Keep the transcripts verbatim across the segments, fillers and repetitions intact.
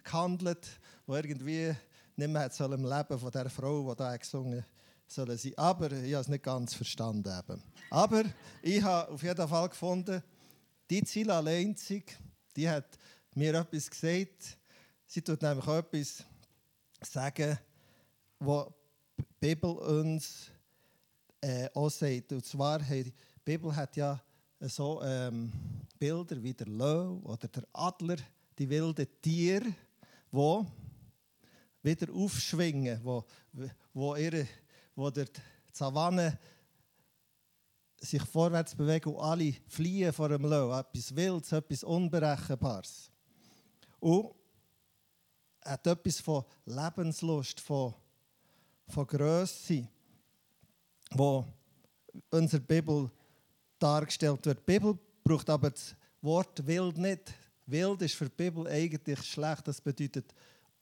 gehandelt, die irgendwie nicht mehr hat im Leben von der Frau, die da gesungen sollen sein. Aber ich habe es nicht ganz verstanden. Eben. Aber ich habe auf jeden Fall gefunden, die Ziele allein, die hat mir etwas gesagt. Sie tut nämlich auch etwas sagen, was die Bibel uns äh, auch sagt. Und zwar, hey, die Bibel hat ja so ähm, Bilder wie der Löwe oder der Adler, die wilden Tiere, die wieder aufschwingen, wo, wo, ihre, wo der Savanne sich vorwärts bewegen und alle fliehen vor dem Löwen. Etwas Wildes, etwas Unberechenbares. Und hat etwas von Lebenslust, von, von Grösse, wo unsere Bibel dargestellt wird. Die Bibel braucht aber das Wort wild nicht. Wild ist für die Bibel eigentlich schlecht. Das bedeutet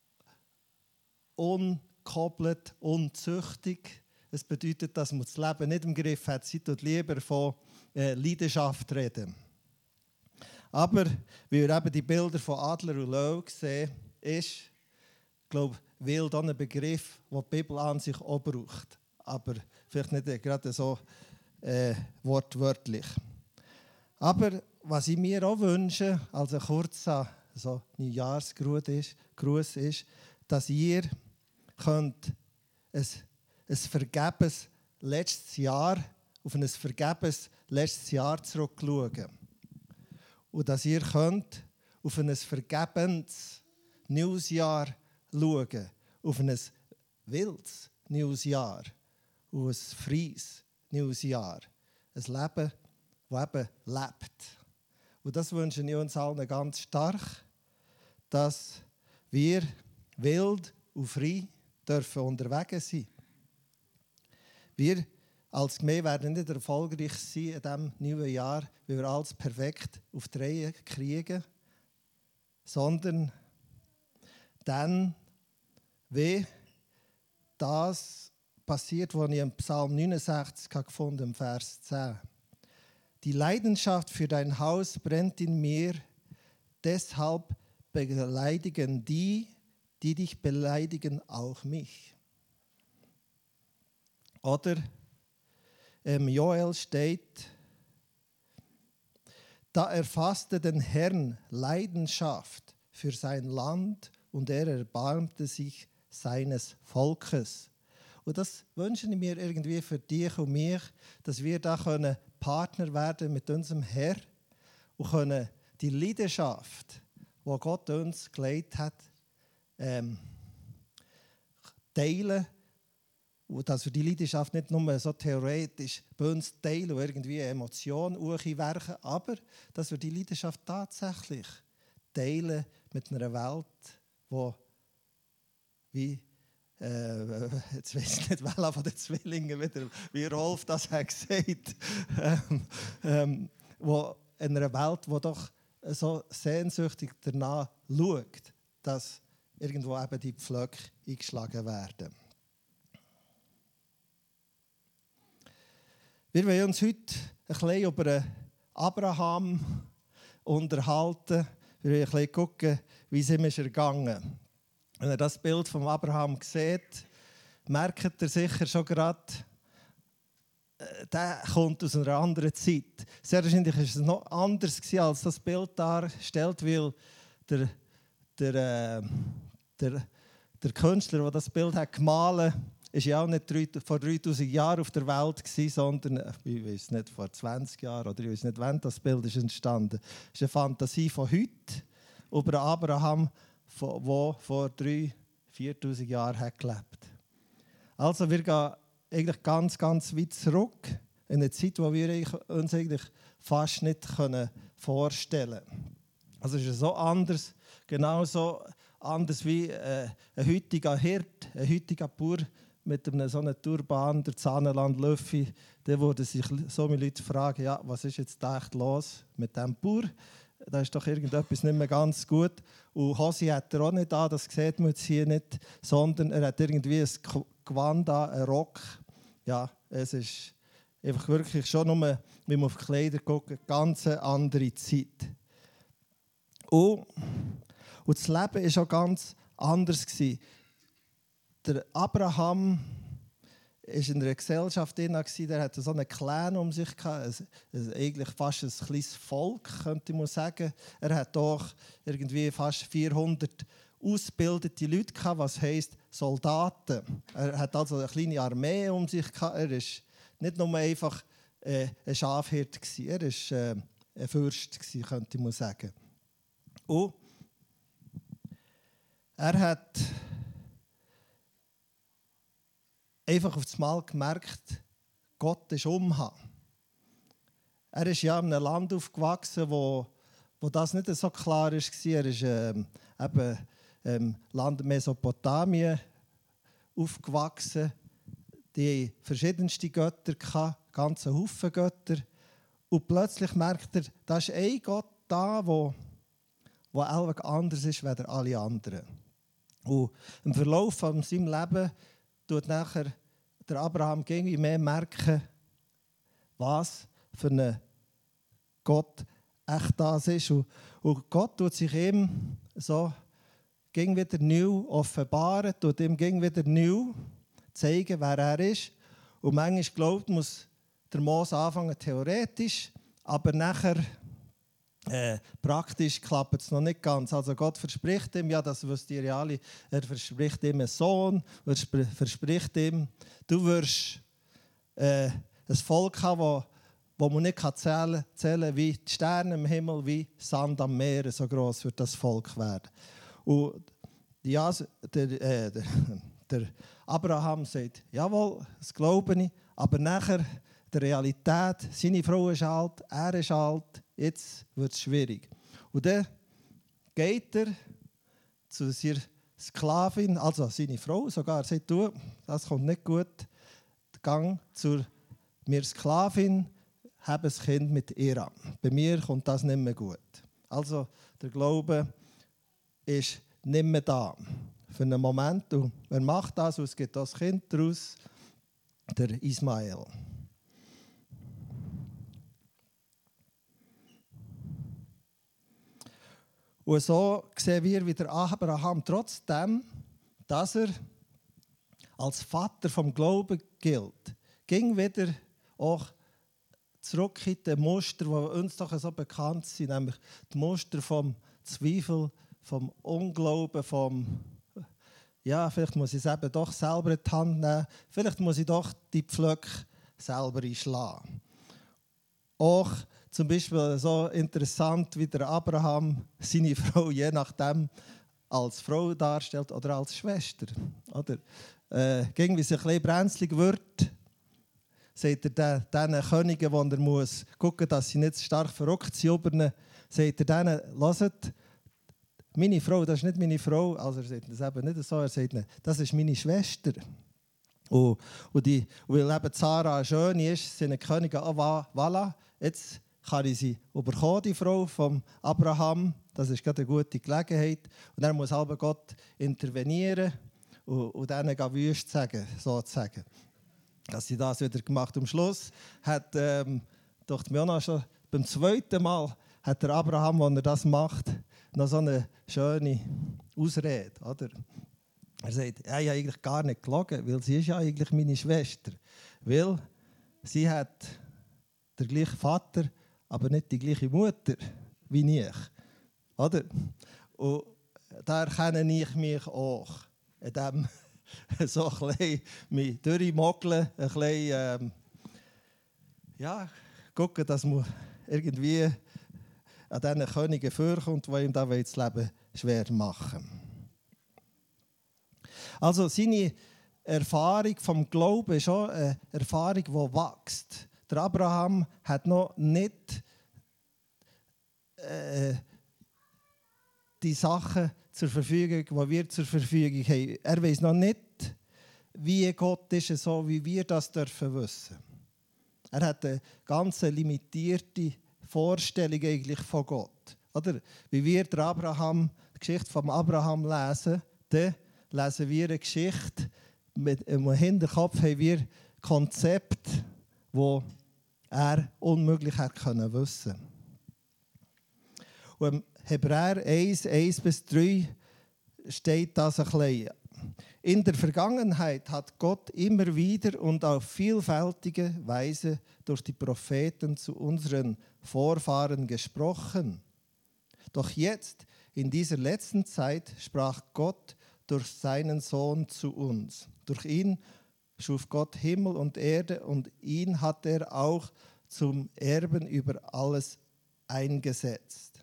unkoppelt, unzüchtig. Es bedeutet, dass man das Leben nicht im Griff hat. Sie tut lieber von äh, Leidenschaft reden. Aber wie wir eben die Bilder von Adler und Löwe sehen, ist, ich glaube, wild auch ein Begriff, den die Bibel an sich auch braucht. Aber vielleicht nicht gerade so äh, wortwörtlich. Aber was ich mir auch wünsche, als ein kurzer so Neujahrsgruß ist, Gruß ist, dass ihr könnt ein, ein vergebenes letztes Jahr, auf ein vergebenes letztes Jahr zurückschauen. Und dass ihr könnt auf ein vergebenes Newsjahr schauen, auf ein wildes Newsjahr, auf ein freies Newsjahr. Ein Leben, das eben lebt. Und das wünsche ich uns allen ganz stark, dass wir wild und frei dürfen unterwegs sein. Wir als Gemeinde werden nicht erfolgreich sein in diesem neuen Jahr, weil wir alles perfekt auf die Reihe kriegen, sondern dann, wie das passiert, was ich im Psalm neunundsechzig gefunden habe, im Vers zehn. Die Leidenschaft für dein Haus brennt in mir, deshalb beleidigen die, die dich beleidigen, auch mich. Oder im Joel steht, da erfasste den Herrn Leidenschaft für sein Land und er erbarmte sich seines Volkes. Und das wünsche ich mir irgendwie für dich und mich, dass wir da können Partner werden mit unserem Herr und können die Leidenschaft, die Gott uns gelegt hat, ähm, teilen. Und dass wir die Leidenschaft nicht nur so theoretisch bei uns teilen und irgendwie eine Emotion werken, aber dass wir die Leidenschaft tatsächlich teilen mit einer Welt, die wie Äh, jetzt weiß ich nicht, welcher von den Zwillingen wieder, wie Rolf das hat gesagt, ähm, ähm, wo in einer Welt, die doch so sehnsüchtig danach schaut, dass irgendwo eben die Pflöcke eingeschlagen werden. Wir wollen uns heute ein bisschen über Abraham unterhalten. Wir wollen ein bisschen gucken, wie es ihm ist ergangen. Wenn ihr das Bild von Abraham sieht, merkt ihr sicher schon gerade, der kommt aus einer anderen Zeit. Sehr wahrscheinlich war es noch anders gewesen, als das Bild darstellt, weil der, der, äh, der, der Künstler, der das Bild hat gemalt hat, war ja auch nicht vor dreitausend Jahren auf der Welt gewesen, sondern ich weiß nicht, vor zwanzig Jahren oder ich weiß nicht, wann das Bild ist entstanden. Es ist eine Fantasie von heute über Abraham, der vor dreitausend, viertausend Jahren hat gelebt. Also wir gehen eigentlich ganz, ganz weit zurück in eine Zeit, die wir uns eigentlich fast nicht vorstellen können. Also es ist so anders, genauso anders wie äh, ein heutiger Hirt, ein heutiger Bauer mit einem so einer Turban, der Zahnenland Löffi, da würden sich so viele Leute fragen, ja, was ist jetzt echt los mit diesem Bauer? Da ist doch irgendetwas nicht mehr ganz gut. Und Hosi hat er auch nicht an, das sieht man jetzt hier nicht, sondern er hat irgendwie ein Gewand an, einen Rock. Ja, es ist einfach wirklich schon nur, wenn man auf die Kleider guckt, eine ganz andere Zeit. Und, Und das Leben war auch ganz anders. Der Abraham war in einer Gesellschaft drin, der hatte so einen Clan um sich gehabt, eigentlich fast ein kleines Volk, könnte man sagen. Er hat auch irgendwie fast vierhundert ausgebildete Leute gehabt, was heisst Soldaten. Er hat also eine kleine Armee um sich gehabt. Er war nicht nur einfach äh, ein Schafhirt, er war äh, ein Fürst, könnte man sagen. Und er hat einfach auf das Mal gemerkt, Gott ist umha. Er ist ja in einem Land aufgewachsen, wo, wo das nicht so klar war. Er ist ähm, eben im Land Mesopotamien aufgewachsen. Die verschiedensten Götter hatten, ganze Haufen Götter. Und plötzlich merkt er, da ist ein Gott da, der wo etwas anders ist als alle anderen. Und im Verlauf von seinem Leben tut nachher der Abraham irgendwie mehr merken, was für ein Gott echt das ist. Und, und Gott tut sich ihm so ging wieder neu offenbaren, tut ihm ging wieder neu zeigen, wer er ist. Und manchmal glaubt, muss der Mose anfangen theoretisch, aber nachher Äh, praktisch klappt es noch nicht ganz. Also Gott verspricht ihm, ja, das wisst ihr ja alle, er verspricht ihm einen Sohn, er verspricht ihm, du wirst äh, ein Volk haben, wo, wo man nicht zählen kann, zählen wie die Sterne im Himmel, wie Sand am Meer, so gross wird das Volk werden. Und ja, der, äh, der, der Abraham sagt, jawohl, das glaube ich, aber nachher der Realität, seine Frau ist alt, er ist alt, jetzt wird es schwierig. Und dann geht er zu seiner Sklavin, also seine Frau sogar, sagt, du, das kommt nicht gut, gang zu mir Sklavin, habe ein Kind mit ihr. Bei mir kommt das nicht mehr gut. Also der Glaube ist nicht mehr da. Für einen Moment, und wer macht das, und es gibt das Kind daraus, der Ismael. Und so sehen wir, wie der Abraham, trotzdem, dass er als Vater vom Glauben gilt, ging wieder auch zurück in die Muster, die uns doch so bekannt sind, nämlich die Muster vom Zweifel, vom Unglauben, vom ja, vielleicht muss ich es eben doch selber in die Hand nehmen, vielleicht muss ich doch die Pflöcke selber einschlagen. Auch zum Beispiel so interessant, wie der Abraham seine Frau je nachdem als Frau darstellt oder als Schwester. Oder äh, gegen wie es ein bisschen brenzlig wird, sagt er diesen Königen, die er muss gucken, dass sie nicht zu stark verrückt sind, über ihn, sagt er denen, hört, meine Frau, das ist nicht meine Frau, also er sagt das eben nicht so, er sagt, das ist meine Schwester. Und, und, die, weil eben Sarah eine Schöne ist, sind die Könige, oh, voilà, jetzt kann ich sie überkommen, die Frau von Abraham. Das ist gerade eine gute Gelegenheit. Und dann muss aber Gott intervenieren und, und denen wüst sagen, sozusagen. Dass sie das wieder gemacht haben. Am Schluss hat, ähm, dachte mir auch noch schon, beim zweiten Mal hat der Abraham, als er das macht, noch so eine schöne Ausrede. Oder? Er sagt, er hat eigentlich gar nicht gelogen, weil sie ist ja eigentlich meine Schwester. Weil sie hat den gleichen Vater, aber nicht die gleiche Mutter wie ich. Oder? Und da erkenne ich mich auch. In dem so ein bisschen mich durchmogeln, ein bisschen ähm, ja, gucken, dass man irgendwie an diesen Königen vorkommt, die ihm das Leben schwer machen. Also seine Erfahrung vom Glauben ist auch eine Erfahrung, die wächst. Der Abraham hat noch nicht äh, die Sachen zur Verfügung, die wir zur Verfügung haben. Er weiß noch nicht, wie Gott ist, so wie wir das dürfen wissen. Er hat eine ganz limitierte Vorstellung eigentlich von Gott. Oder? Wie wir der Abraham, die Geschichte von Abraham lesen, dann lesen wir eine Geschichte, mit im Hinterkopf haben wir Konzepte, die er unmöglich hätte wissen können. Und im Hebräer eins, eins bis drei steht das ein bisschen. In der Vergangenheit hat Gott immer wieder und auf vielfältige Weise durch die Propheten zu unseren Vorfahren gesprochen. Doch jetzt, in dieser letzten Zeit, sprach Gott durch seinen Sohn zu uns. Durch ihn schuf Gott Himmel und Erde und ihn hat er auch zum Erben über alles eingesetzt.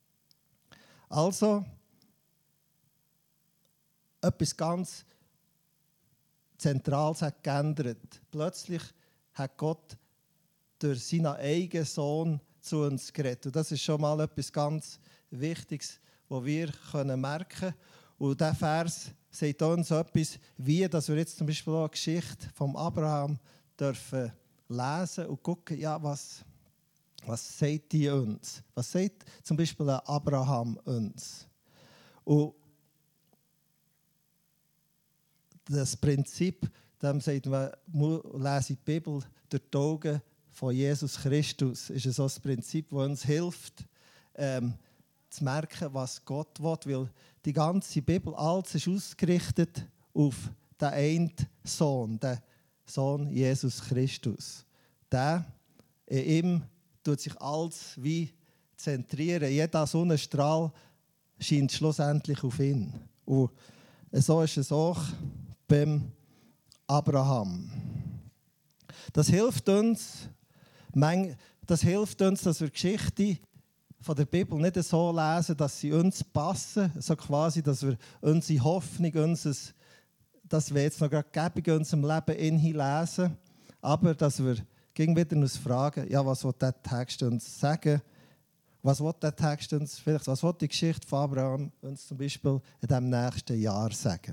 Also, etwas ganz Zentrales hat geändert. Plötzlich hat Gott durch seinen eigenen Sohn zu uns geredet. Und das ist schon mal etwas ganz Wichtiges, was wir merken können. Und dieser Vers sagt uns etwas, wie dass wir jetzt zum Beispiel auch eine Geschichte von Abraham dürfen lesen und gucken, ja, was, was sagt die uns? Was sagt zum Beispiel Abraham uns? Und das Prinzip, dem sagt man, lese die Bibel durch die Augen von Jesus Christus. Ist so das Prinzip, das uns hilft, ähm, zu merken, was Gott will. Weil die ganze Bibel, alles ist ausgerichtet auf den einen Sohn, den Sohn Jesus Christus. Der, in ihm tut sich alles wie zentrieren. Jeder Sonnenstrahl scheint schlussendlich auf ihn. Und so ist es auch beim Abraham. Das hilft uns, das hilft uns, dass wir Geschichten von der Bibel nicht so lesen, dass sie uns passen, so quasi, dass wir unsere Hoffnung, unser, dass wir jetzt noch gerade gäbig in unserem Leben lesen, aber dass wir gegen wieder uns fragen, ja, was will der Text uns sagen? Was will der Text uns vielleicht, was will die Geschichte von Abraham uns zum Beispiel in diesem nächsten Jahr sagen?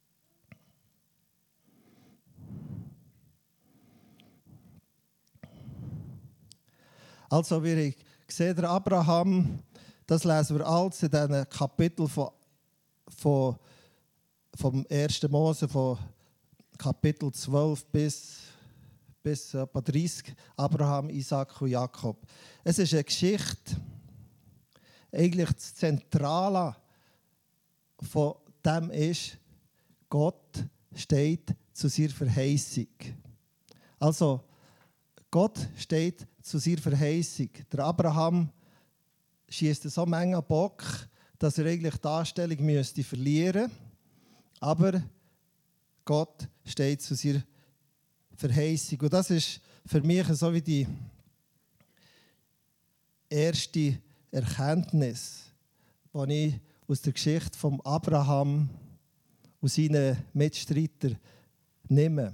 Also, wie ich sehe, der Abraham, das lesen wir alles in diesen Kapiteln von, von, vom ersten Mose, von Kapitel zwölf bis, bis etwa dreißig, Abraham, Isaac und Jakob. Es ist eine Geschichte, eigentlich das Zentrale von dem ist, Gott steht zu seiner Verheißung. Also, Gott steht zu seiner Verheißung. Der Abraham schießt so Menge Bock, dass er eigentlich die Darstellung müsste verlieren. Aber Gott steht zu seiner Verheißung. Und das ist für mich so wie die erste Erkenntnis, die ich aus der Geschichte von Abraham und seinen Mitstreitern nehme.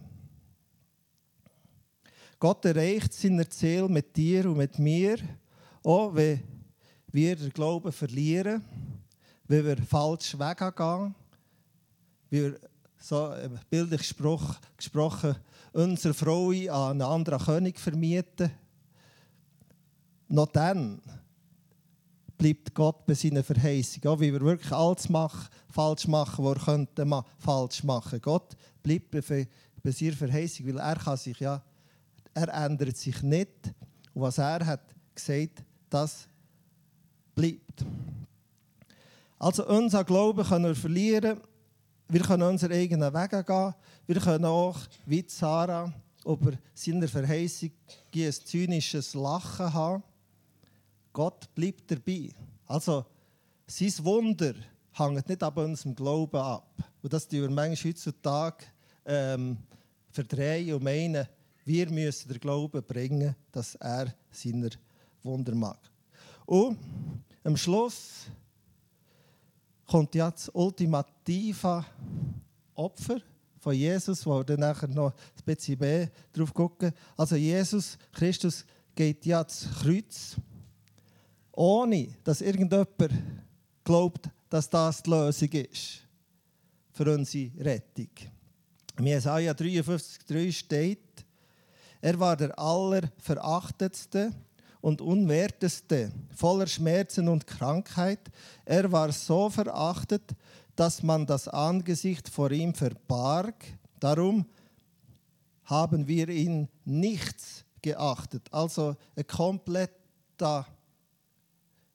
Gott erreicht seine Ziele mit dir und mit mir, auch wenn wir den Glauben verlieren, wenn wir falsch weggehen, wie wir, so bildlich gesprochen, unsere Frau an einen anderen König vermieten. Noch dann bleibt Gott bei seiner Verheißung. Auch wie wir wirklich alles machen, falsch machen, was wir könnten falsch machen. Gott bleibt bei, bei seiner Verheißung, weil er kann sich ja Er ändert sich nicht. Und was er hat gesagt, das bleibt. Also unser Glauben können wir verlieren. Wir können unseren eigenen Weg gehen. Wir können auch, wie Sarah, über seine Verheißung ein zynisches Lachen haben. Gott bleibt dabei. Also sein Wunder hängt nicht an unserem Glauben ab. Und das tun wir manchmal heutzutage ähm, verdrehen und meinen, wir müssen den Glauben bringen, dass er seine Wunder mag. Und am Schluss kommt ja das ultimative Opfer von Jesus, wo wir dann nachher noch ein bisschen mehr drauf gucken. Also Jesus Christus geht ja ans Kreuz, ohne dass irgendjemand glaubt, dass das die Lösung ist für unsere Rettung. Im Jesaja dreiundfünfzig drei steht, er war der allerverachtetste und unwerteste, voller Schmerzen und Krankheit. Er war so verachtet, dass man das Angesicht vor ihm verbarg. Darum haben wir ihn nichts geachtet. Also ein kompletter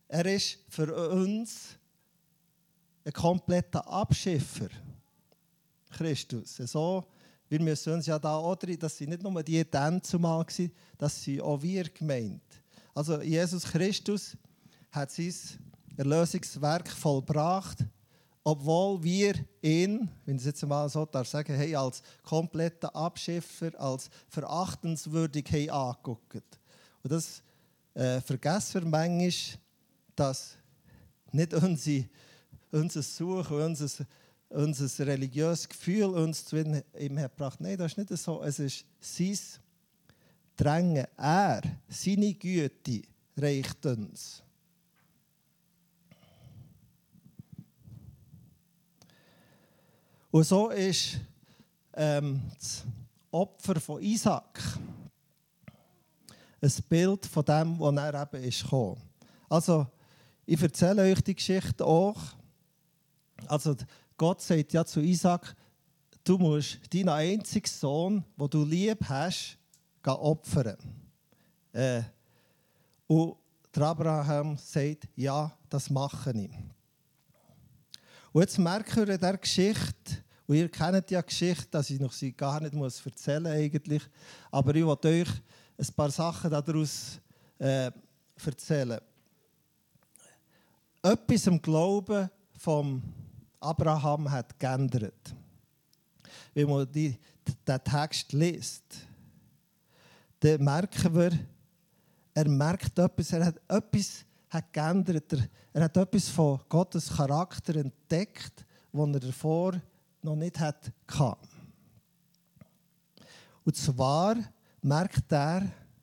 Er ist für uns ein kompletter Abschiffer. Christus. So, wir müssen uns ja da auch drin, das sind nicht nur die dann zumal gewesen, das sind auch wir gemeint. Also Jesus Christus hat sein Erlösungswerk vollbracht, obwohl wir ihn, wenn ich es jetzt mal so darf sagen, hey, als kompletter Abschiffer, als verachtenswürdig hey, angeguckt. Und das äh, vergessen wir manchmal, dass nicht unsere, unser Suchen, unser, unser religiöses Gefühl uns zu ihm hat gebracht. Nein, das ist nicht so. Es ist sein Drängen. Er, seine Güte reicht uns. Und so ist ähm, das Opfer von Isaac ein Bild von dem, was er eben ist gekommen. Also, ich erzähle euch die Geschichte auch. Also, Gott sagt ja zu Isaac, du musst deinen einzigen Sohn, den du lieb hast, opfern. Äh, und der Abraham sagt, ja, das mache ich. Und jetzt merken wir in dieser Geschichte, und ihr kennt ja die Geschichte, dass ich noch sie gar nicht muss erzählen muss eigentlich, aber ich will euch ein paar Sachen daraus äh, erzählen. Etwas im Glauben von Abraham hat geändert. Wenn man die, den Text liest, dann merken wir, er merkt etwas, er hat etwas hat geändert. Er, er hat etwas von Gottes Charakter entdeckt, das er davor noch nicht hatte. Und zwar merkt er,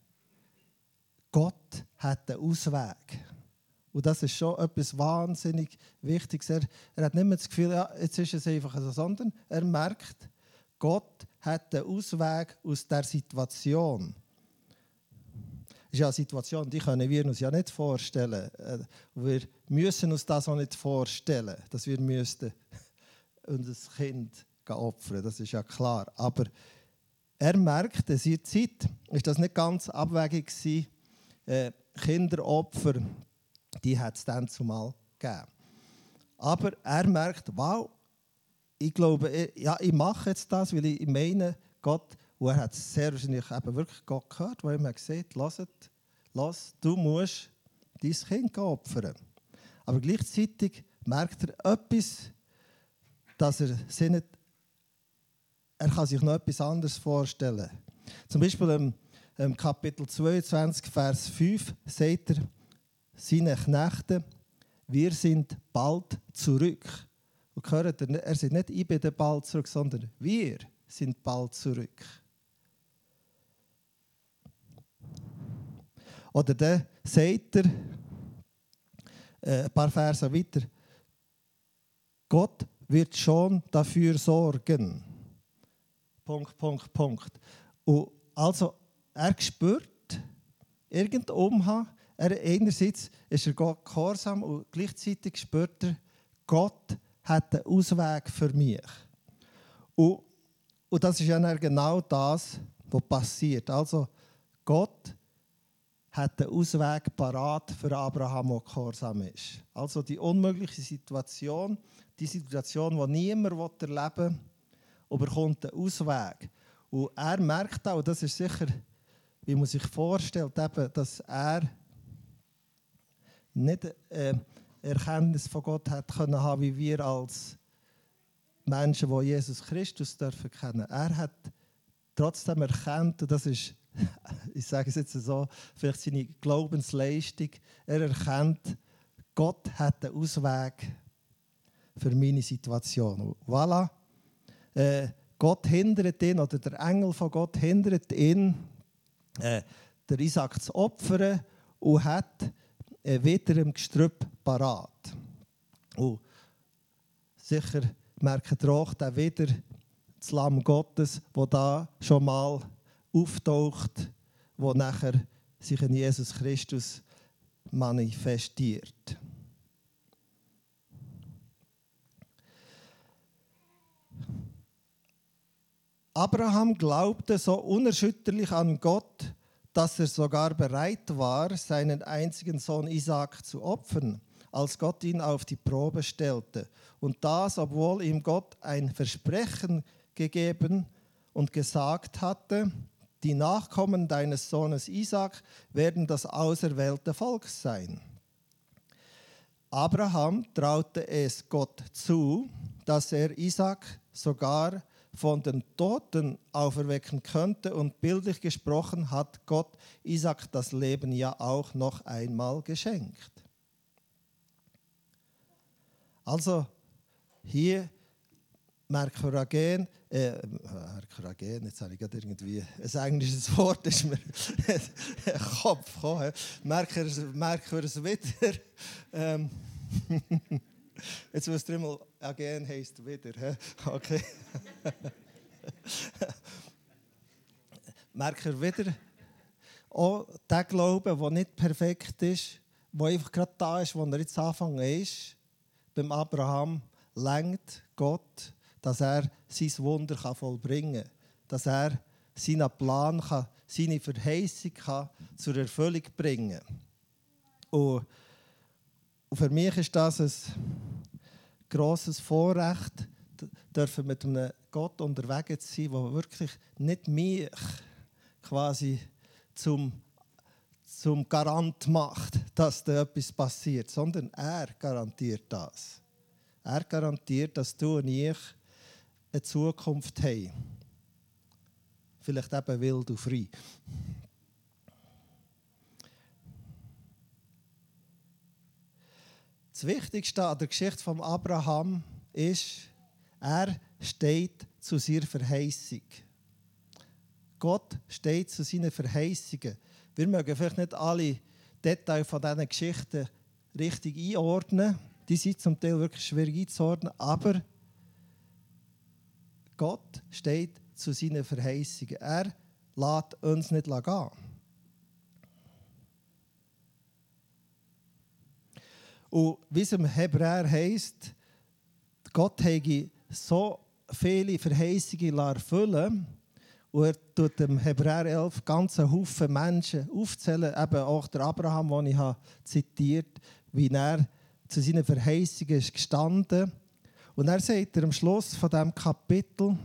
Gott hat einen Ausweg. Und das ist schon etwas wahnsinnig Wichtiges. Er, er hat nicht mehr das Gefühl, ja, jetzt ist es einfach so, sondern er merkt, Gott hat einen Ausweg aus der Situation. Das ist ja eine Situation, die können wir uns ja nicht vorstellen. Wir müssen uns das auch nicht vorstellen, dass wir müssten unser Kind opfern. Das ist ja klar. Aber er merkt, in seiner Zeit ist das nicht ganz abwegig gewesen. Äh, Kinderopfer, die hat es dann zumal gegeben. Aber er merkt, wow, ich glaube, ich, ja, ich mache jetzt das, weil ich meine, Gott, und er hat sehr wahrscheinlich eben wirklich Gott gehört, wo ihm gesagt hat, lass, du musst dein Kind opfern. Aber gleichzeitig merkt er etwas, dass er sich nicht, er kann sich noch etwas anderes vorstellen. Zum Beispiel im, im Kapitel zweiundzwanzig, Vers fünf, sagt er seinen Knechten, wir sind bald zurück. Und hört er, er sagt nicht, ich bin bald zurück, sondern wir sind bald zurück. Oder dann sagt er, äh, ein paar Verse weiter, Gott wird schon dafür sorgen. Punkt, Punkt, Punkt. Und also, er spürt irgendeinen er einerseits ist er Gott gehorsam und gleichzeitig spürt er, Gott hat einen Ausweg für mich. Und, und das ist ja genau das, was passiert. Also, Gott hat einen Ausweg parat für Abraham, der gehorsam ist. Also die unmögliche Situation, die Situation, die niemand erleben will, bekommt einen Ausweg. Und er merkt auch, das ist sicher, wie man sich vorstellt, eben, dass er nicht äh, Erkenntnis von Gott hat können haben, wie wir als Menschen, die Jesus Christus dürfen kennen. Er hat trotzdem erkannt, und das ist, ich sage es jetzt so, vielleicht seine Glaubensleistung, er erkennt, Gott hat einen Ausweg für meine Situation. Und voilà, äh, Gott hindert ihn, oder der Engel von Gott hindert ihn, äh, der Isaac zu opfern und hat äh, wieder im Gestrüpp parat. Und sicher merkt ihr auch, der wieder das Lamm Gottes, das da schon mal auftaucht, wo nachher sich in Jesus Christus manifestiert. Abraham glaubte so unerschütterlich an Gott, dass er sogar bereit war, seinen einzigen Sohn Isaak zu opfern, als Gott ihn auf die Probe stellte. Und das, obwohl ihm Gott ein Versprechen gegeben und gesagt hatte, die Nachkommen deines Sohnes Isaak werden das auserwählte Volk sein. Abraham traute es Gott zu, dass er Isaak sogar von den Toten auferwecken könnte, und bildlich gesprochen hat Gott Isaak das Leben ja auch noch einmal geschenkt. Also hier Merkuragen, äh, Merkuragen, jetzt habe ich gerade irgendwie ein englisches Wort, ist mir ein Kopf gekommen. Merken wir es wieder. Ähm, jetzt wisst ihr mal, again heisst wieder. He? Okay. Merken wir wieder, auch der Glaube, der nicht perfekt ist, der einfach gerade da ist, wo er jetzt angefangen ist, beim Abraham, lenkt Gott, dass er sein Wunder vollbringen kann, dass er seinen Plan, kann, seine Verheißung kann zur Erfüllung bringen kann. Und für mich ist das ein grosses Vorrecht, dürfen mit einem Gott unterwegs sein, der wirklich nicht mich quasi zum, zum Garant macht, dass da etwas passiert, sondern er garantiert das. Er garantiert, dass du und ich eine Zukunft haben. Vielleicht eben wild und frei. Das Wichtigste an der Geschichte von Abraham ist, er steht zu seiner Verheißung. Gott steht zu seinen Verheißungen. Wir mögen vielleicht nicht alle Details von diesen Geschichten richtig einordnen. Die sind zum Teil wirklich schwierig einzuordnen, aber Gott steht zu seinen Verheißungen. Er lässt uns nicht gehen. Und wie es im Hebräer heisst, Gott habe so viele Verheißungen erfüllen, und er tut im Hebräer elf ganzen Haufen Menschen aufzählen, eben auch der Abraham, den ich habe zitiert, wie er zu seinen Verheißungen ist gestanden. Und er sagt er am Schluss von diesem Kapitel,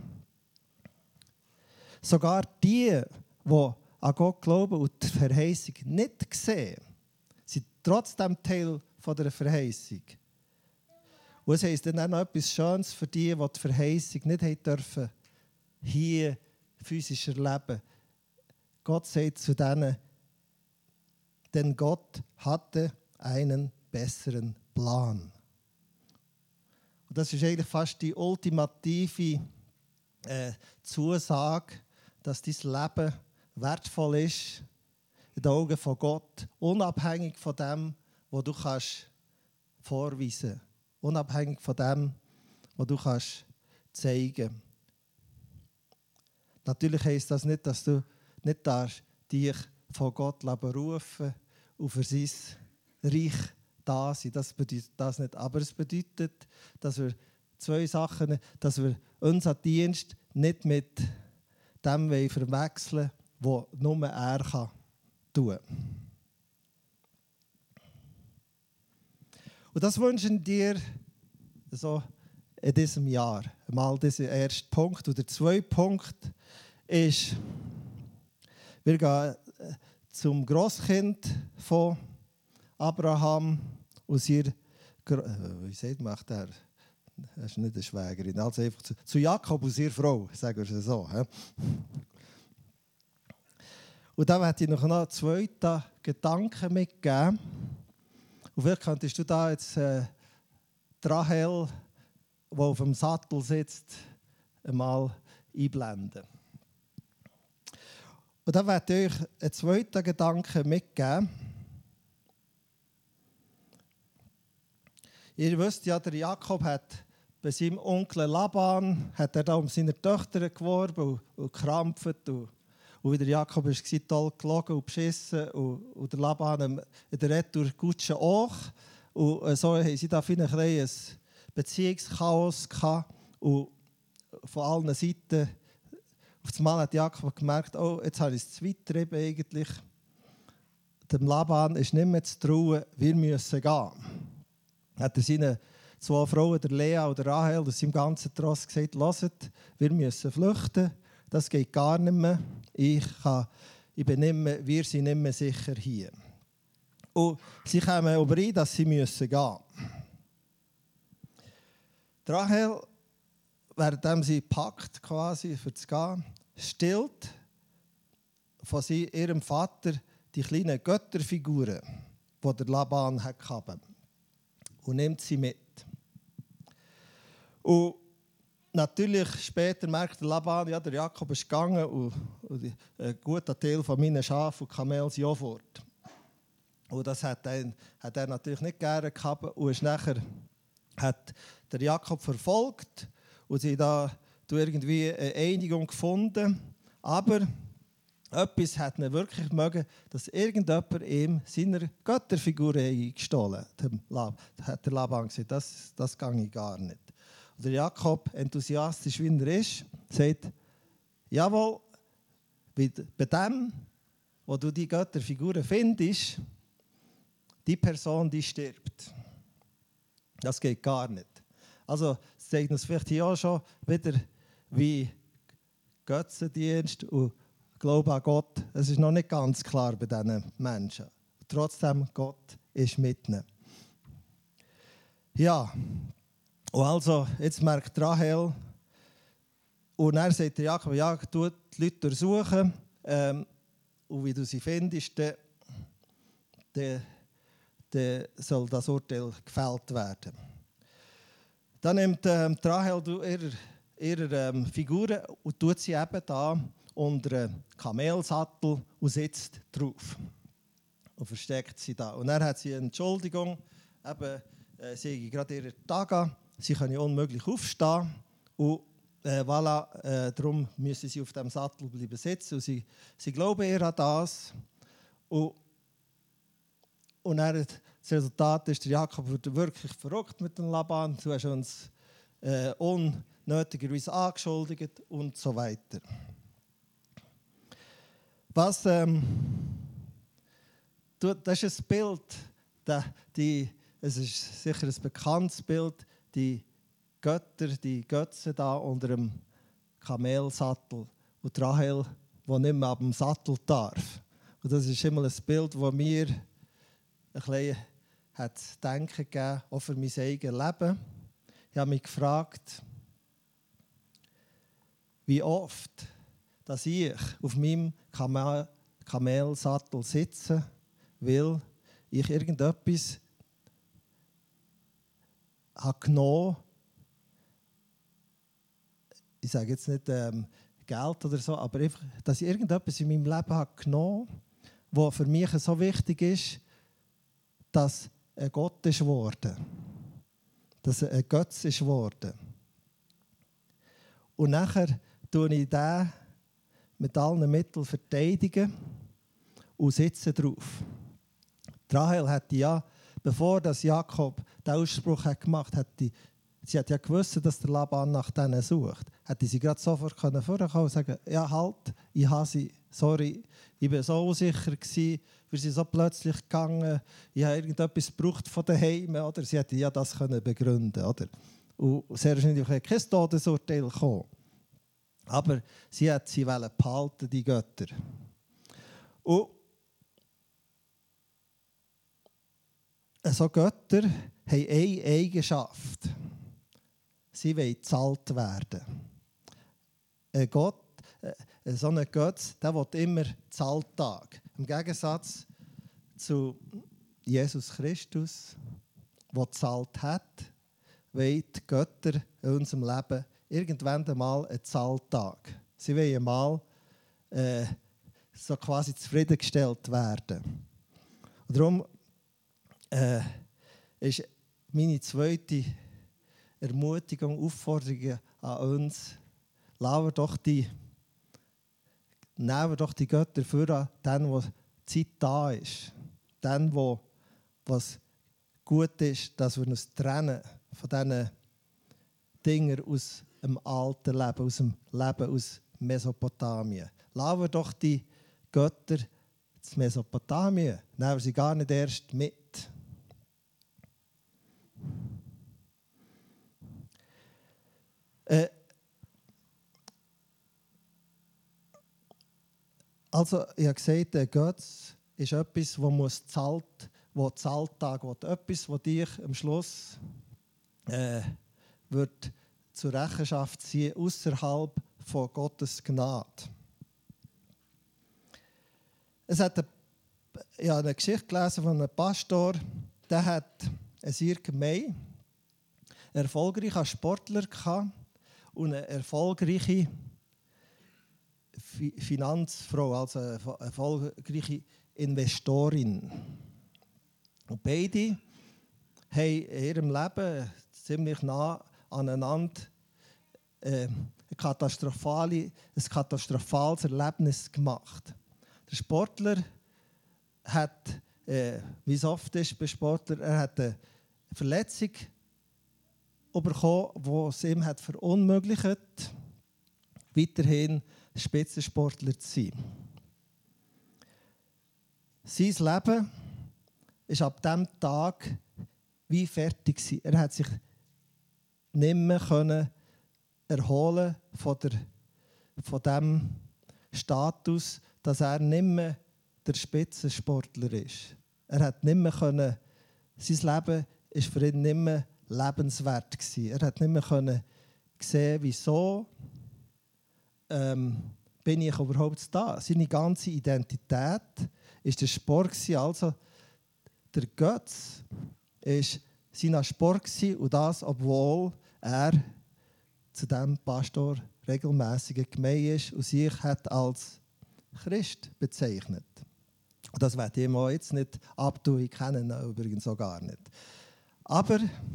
sogar die, die an Gott glauben und die Verheißung nicht sehen, sind trotzdem Teil von der Verheißung. Und es heisst dann auch noch etwas Schönes für die, die die Verheißung nicht haben dürfen, hier physisch erleben. Gott sagt zu denen, denn Gott hatte einen besseren Plan. Und das ist eigentlich fast die ultimative äh, Zusage, dass dein Leben wertvoll ist in den Augen von Gott, unabhängig von dem, was du kannst vorweisen kannst, unabhängig von dem, was du kannst zeigen kannst. Natürlich heisst das nicht, dass du nicht darfst, dich von Gott berufen und für sein Reich da sein. Das bedeutet das nicht. Aber es bedeutet, dass wir zwei Sachen, dass wir unseren Dienst nicht mit dem verwechseln wollen, was nur er kann tun kann. Und das wünschen dir so in diesem Jahr. Mal dieser erste Punkt. Und der zweite Punkt ist, wir gehen zum Grosskind von Abraham und ihr, wie sagt man der? Das ist nicht eine Schwägerin, also einfach zu, zu Jakob und ihrer Frau, sagen wir es so. He? Und dann möchte ich noch einen zweiten Gedanken mitgeben. Und vielleicht könntest du da jetzt äh, Rahel, die auf dem Sattel sitzt, einmal einblenden. Und dann werde ich euch einen zweiten Gedanken mitgeben. Ihr wisst ja, der Jakob hat bei seinem Onkel Laban hat er da um seine Töchter geworben und, und gekrampft. Und, und wie der Jakob war, toll gelogen und beschissen. Und, und der Laban in der Retour Gutsche auch. Und so haben sie da ein Beziehungschaos gehabt. Und von allen Seiten auf einmal hat Jakob gemerkt, oh, jetzt habe ich es zu weit getrieben eigentlich. Dem Laban ist nicht mehr zu trauen, wir müssen gehen. Hat er seinen zwei Frauen, der Lea und der Rahel, und seinem ganzen Tross gesagt, hört, wir müssen flüchten, das geht gar nicht mehr. Ich, kann, ich bin nicht mehr, wir sind nicht mehr sicher hier. Und sie kommen überein, dass sie müssen gehen müssen. Rahel, während sie packt, quasi für zu gehen, stillt von sie, ihrem Vater die kleinen Götterfiguren, die der Laban hatte, und nimmt sie mit. Und natürlich später merkt der Laban, ja, der Jakob ist gegangen und, und ein guter Teil von meinen Schafen und Kamelen sind auch fort. Und das hat er, hat er natürlich nicht gerne gehabt und ist nachher hat der Jakob verfolgt und sie da irgendwie eine Einigung gefunden. Aber etwas hat ihn wirklich mögen, dass irgendjemand ihm seine Götterfigur gestohlen hat. Hat der Laban gesagt, das, das gehe ich gar nicht. Und der Jakob, enthusiastisch wie er ist, sagt, jawohl, bei dem, wo du die Götterfiguren findest, die Person, die stirbt. Das geht gar nicht. Also, es zeigt uns vielleicht hier auch schon wieder, wie Götzendienst und Glaube an Gott, es ist noch nicht ganz klar bei diesen Menschen. Trotzdem, Gott ist mit ihnen. Ja, und also, jetzt merkt Rahel, und dann sagt der Jakob, ja, du die Leute durchsuchen, ähm, und wie du sie findest, dann, dann, dann soll das Urteil gefällt werden. Dann nimmt ähm, Rahel ihre, ihre ähm, Figuren und tut sie eben da unter einen Kamelsattel und sitzt drauf. Und versteckt sie da. Und dann hat sie eine Entschuldigung, eben, äh, sie haben gerade ihre Tage, sie können unmöglich aufstehen. Und äh, voilà, äh, darum müssen sie auf dem Sattel bleiben sitzen. Und sie, sie glauben eher an das. Und, und dann, das Resultat ist, der Jakob wird wirklich verrückt mit dem Laban. Du hast uns äh, unnötigerweise angeschuldigt und so weiter. Was, ähm, das ist ein Bild, die, es ist sicher ein bekanntes Bild, die Götter, die Götze da unter dem Kamelsattel und Rahel, die nicht mehr ab dem Sattel darf. Und das ist immer ein Bild, das mir ein bisschen hat zu denken gegeben, auch für mein eigenes Leben. Ich habe mich gefragt, wie oft dass ich auf meinem Kamel, Kamelsattel sitze, weil ich irgendetwas habe genommen, ich sage jetzt nicht ähm, Geld oder so, aber einfach, dass ich irgendetwas in meinem Leben habe genommen, was für mich so wichtig ist, dass ein Gott ist geworden. Dass er ein Götz ist geworden. Und nachher tue ich den mit allen Mitteln verteidigen und sitze drauf. Rahel hatte ja, bevor das Jakob den Ausspruch hat gemacht hat, sie hat ja gewusst, dass der Laban nach denen sucht. Hätte sie gerade sofort vorkommen und sagen, ja halt, ich habe sie, sorry, ich war so unsicher gewesen, wir sind so plötzlich gegangen, ich habe irgendetwas gebraucht von daheim, oder? Sie hätte ja das können begründen, oder? Und sehr wahrscheinlich auch kein Todesurteil kommen. Aber sie hat sie behalten, die Götter. Und so Götter haben eine Eigenschaft. Sie wollen gezahlt werden. Ein Gott, so ein Götz, der will immer Zahltag. Im Gegensatz zu Jesus Christus, der gezahlt hat, wollen die Götter in unserem Leben irgendwann einmal einen Zahltag. Sie wollen mal äh, so quasi zufriedengestellt werden. Und darum äh, ist meine zweite Ermutigung, Aufforderung an uns, lassen wir doch die, nehmen wir doch die Götter für, dann, wo die Zeit da ist. Dann, wo was gut ist, dass wir uns trennen von diesen Dingen aus dem alten Leben, aus dem Leben aus Mesopotamien. Lassen wir doch die Götter zu Mesopotamien. Nehmen wir sie gar nicht erst mit. Äh, also, ich habe gesagt, der Götz ist etwas, wo muss zahlt, wo Zahltag wird. Etwas, das dich am Schluss äh, wird zur Rechenschaft ziehen, außerhalb von Gottes Gnade. Es hat eine, ich habe eine Geschichte gelesen von einem Pastor, der hat eine sehr gemein, einen erfolgreichen Sportler gehabt und eine erfolgreiche Finanzfrau, also eine erfolgreiche Investorin. Und beide haben in ihrem Leben ziemlich nah aneinander äh, ein, katastrophale, ein katastrophales Erlebnis gemacht. Der Sportler hat, äh, wie es oft ist bei Sportlern, er hat eine Verletzung bekommen, die es ihm hat verunmöglicht, weiterhin Spitzensportler zu sein. Sein Leben ist ab diesem Tag wie fertig gewesen. Er hat sich nicht mehr können erholen von, der, von dem Status, dass er nicht mehr der Spitzensportler ist. Er hat nicht mehr können, sein Leben war für ihn nicht mehr lebenswert gewesen. Er hat nicht mehr können sehen, wieso ähm, bin ich überhaupt da. Seine ganze Identität ist der Sport gewesen. Also der Götz ist sein Sport gewesen, und das, obwohl er zu diesem Pastor regelmäßig gemein ist und sich hat als Christ bezeichnet. Und das werde ich ihm auch jetzt nicht abtun, ich kenne ihn übrigens auch gar nicht. Aber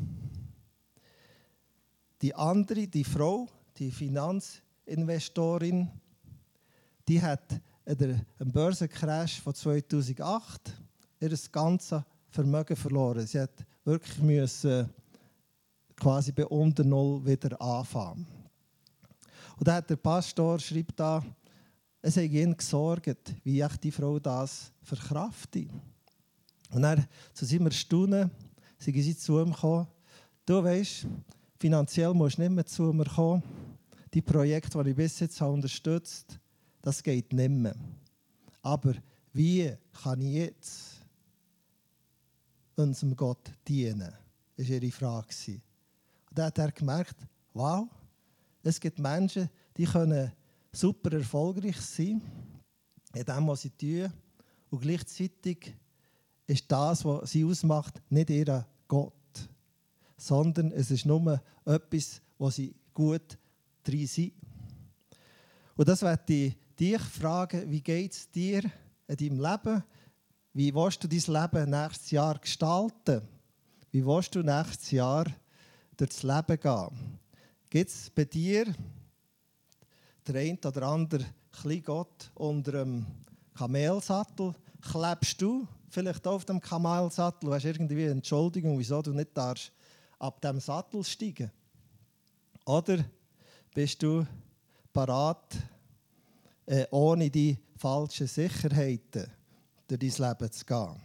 die andere, die Frau, die Finanzinvestorin, die hat im Börsencrash von zweitausendacht ihr ganzes Vermögen verloren. Sie hat wirklich müssen quasi bei unter Null wieder anfangen. Und dann hat der Pastor schreibt da, es hat ihn gesorgt, wie echt die Frau das verkraftet. Und dann, zu seinem Erstaunen, sind sie zu ihm gekommen. Du weisst, finanziell musst du nicht mehr zu mir kommen. Die Projekte, die ich bis jetzt unterstützt habe, das geht nicht mehr. Aber wie kann ich jetzt unserem Gott dienen? Das war ihre Frage. Und dann hat er gemerkt, wow, es gibt Menschen, die können super erfolgreich sein in dem, was sie tun. Und gleichzeitig ist das, was sie ausmacht, nicht ihr Gott, sondern es ist nur etwas, wo sie gut drin sind. Und das werde ich dich fragen, wie geht es dir in deinem Leben? Wie willst du dein Leben nächstes Jahr gestalten? Wie willst du nächstes Jahr durchs Leben gehen? Gibt es bei dir der eine oder andere kleine Gott unter dem Kamelsattel? Klebst du vielleicht auf dem Kamelsattel? Du hast irgendwie eine Entschuldigung, wieso du nicht darfst ab dem Sattel steigen? Oder bist du parat, äh, ohne die falschen Sicherheiten durch dein Leben zu gehen?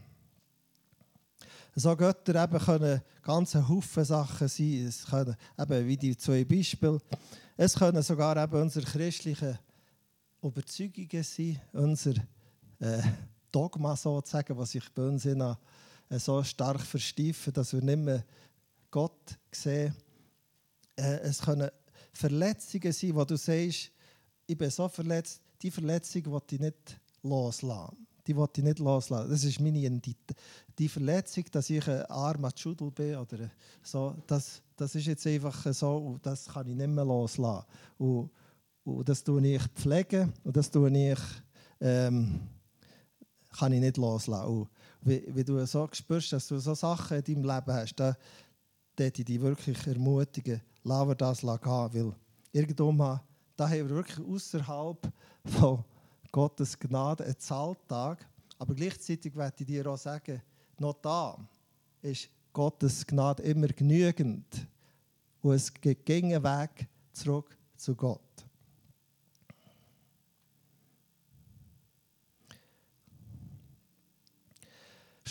So Götter eben können ganz ein Haufen Sachen sein. Es können eben wie die zwei Beispiele. Es können sogar eben unsere christlichen Überzeugungen sein, unser äh, Dogma sozusagen, was sich bei uns in, äh, so stark versteifen, dass wir nicht mehr Gott sehen. Äh, es können Verletzungen sein, wo du sagst, ich bin so verletzt, die Verletzung will ich nicht loslassen. Die will ich nicht loslassen. Das ist meine Identität. Die Verletzung, dass ich ein armer Schudel bin oder so, das, das ist jetzt einfach so und das kann ich nicht mehr loslassen. Und, und das tue ich pflegen und das tue ich, ähm, kann ich nicht loslassen. Und wie, wie du so spürst, dass du so Sachen in deinem Leben hast, da würde ich dich wirklich ermutigen, lass wir das gehen, weil irgendwann da haben wir wirklich außerhalb von Gottes Gnade einen Zahltag. Aber gleichzeitig werde ich dir auch sagen, noch da ist Gottes Gnade immer genügend. Und es geht einen Weg zurück zu Gott.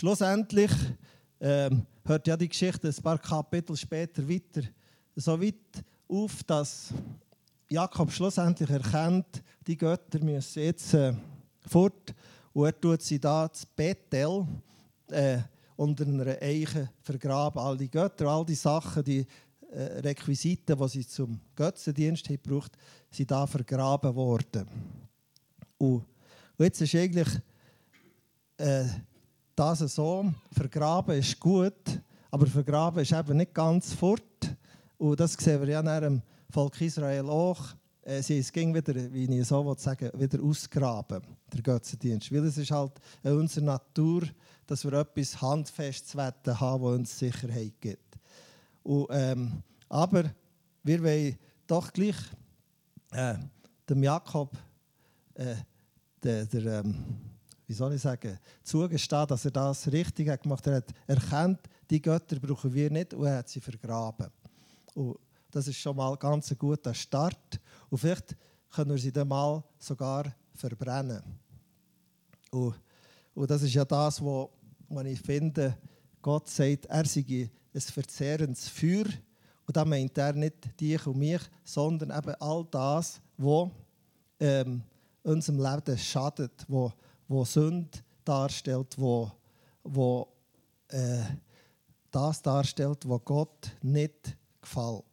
schlussendlich ähm, hört ja die Geschichte ein paar Kapitel später weiter so weit auf, dass Jakob schlussendlich erkennt, die Götter müssen jetzt äh, fort. Und er tut sie da zu Bethel äh, unter einer Eiche vergraben. All die Götter, all die Sachen, die äh, Requisiten, die sie zum Götzendienst haben gebraucht, sind da vergraben worden. Und, und jetzt ist eigentlich äh, das so, vergraben ist gut, aber vergraben ist eben nicht ganz fort. Und das sehen wir ja nach dem Volk Israel auch. Äh, sie es ging wieder, wie ich so sagen will, wieder ausgraben, der Götzendienst. Weil es ist halt in unserer Natur, dass wir etwas Handfestes haben, das uns Sicherheit gibt. Und, ähm, aber wir wollen doch gleich äh, dem Jakob äh, der, der, ähm, wie soll ich sagen, zugestehen, dass er das richtig hat gemacht hat. Er hat erkannt, die Götter brauchen wir nicht, und er hat sie vergraben. Und das ist schon mal ganz ein guter Start. Und vielleicht können wir sie dann mal sogar verbrennen. Und, und das ist ja das, was ich finde, Gott sagt, er sei ein verzehrendes Feuer. Und da meint er nicht dich und mich, sondern eben all das, was ähm, unserem Leben schadet, wo, wo Sünde darstellt, wo, wo äh, das darstellt, was Gott nicht gefällt.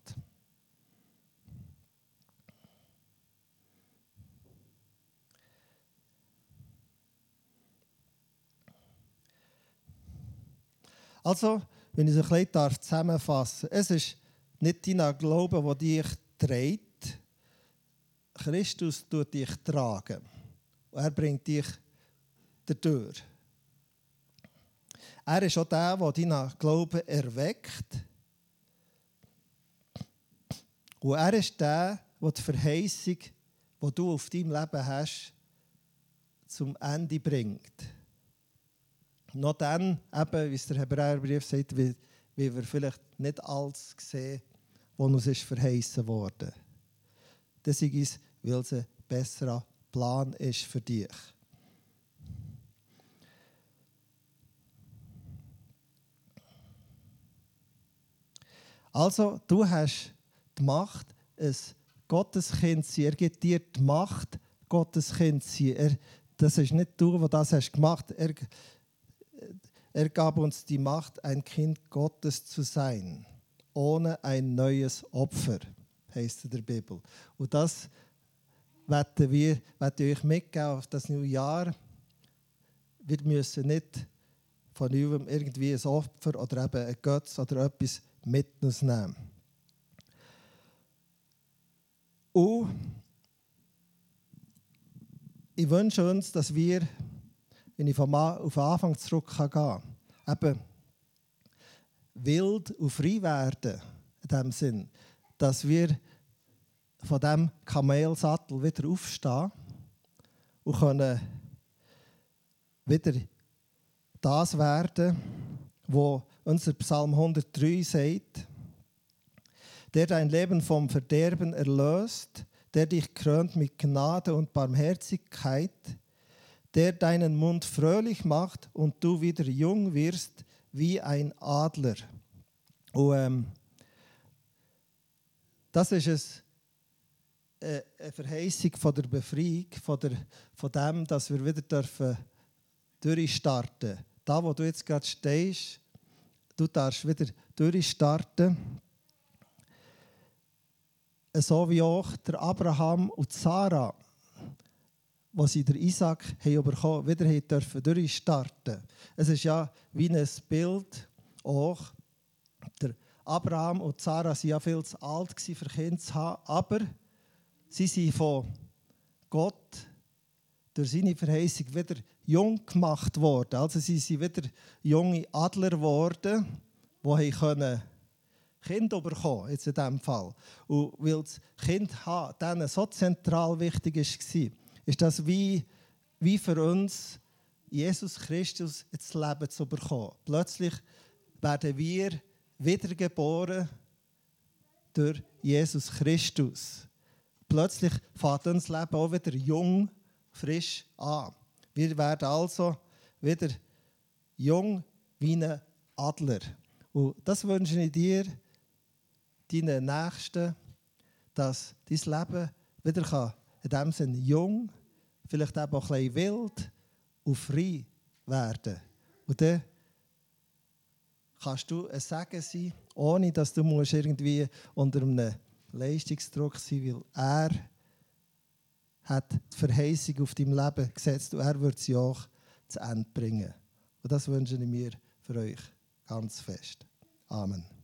Also, wenn ich es ein bisschen zusammenfassen darf, es ist nicht dein Glaube, der dich trägt. Christus tut dich tragen. Er bringt dich dadurch. Er ist auch der, der deinen Glauben erweckt. Und er ist der, der die Verheißung, die du auf deinem Leben hast, zum Ende bringt. Noch dann, eben, wie es der Hebräerbrief sagt, wie, wie wir vielleicht nicht alles sehen, was uns ist verheißen wurde. Das ist es, weil es ein besserer Plan ist für dich. Also, du hast die Macht, ein Gotteskind zu sein. Er gibt dir die Macht, Gotteskind zu sein. Er, das ist nicht du, der das hast gemacht hast. Er, er gab uns die Macht, ein Kind Gottes zu sein, ohne ein neues Opfer, heisst in der Bibel. Und das werden wir, werden euch mitgeben auf das neue Jahr. Wir müssen nicht von neuem irgendwie ein Opfer oder eben ein Götz oder etwas mit uns nehmen. Und ich wünsche uns, dass wir, wenn ich vom auf den Anfang zurückgehen kann, eben wild und frei werden, in dem Sinn, dass wir von diesem Kamelsattel wieder aufstehen und können wieder das werden, was unser Psalm hundertdrei sagt, der dein Leben vom Verderben erlöst, der dich krönt mit Gnade und Barmherzigkeit, der deinen Mund fröhlich macht und du wieder jung wirst wie ein Adler. Und, ähm, das ist es, äh, eine Verheißung von der Befreiung, von, der, von dem, dass wir wieder dürfen durchstarten dürfen. Da, wo du jetzt gerade stehst, du darfst wieder durchstarten. So wie auch der Abraham und Sarah, wo sie der Isaac haben bekommen, wieder haben dürfen durchstarten. Es ist ja wie ein Bild auch. Der Abraham und Sarah waren ja viel zu alt für Kinder zu haben, aber sie sind von Gott durch seine Verheißung wieder jung gemacht worden. Also sie sind wieder junge Adler geworden, die können Kinder bekommen, jetzt in diesem Fall. Und weil das Kind haben, denen so zentral wichtig war, ist das wie, wie für uns, Jesus Christus ins Leben zu bekommen. Plötzlich werden wir wiedergeboren durch Jesus Christus. Plötzlich fängt unser Leben auch wieder jung, frisch an. Wir werden also wieder jung wie ein Adler. Und das wünsche ich dir, deinen Nächsten, dass dein Leben wieder kann, in dem Sinne jung, vielleicht eben auch ein bisschen wild und frei werden. Und dann kannst du ein Segen sein, ohne dass du musst irgendwie unter einem Leistungsdruck sein musst, weil er hat die Verheißung auf deinem Leben gesetzt und er wird sie auch zu Ende bringen. Und das wünsche ich mir für euch ganz fest. Amen.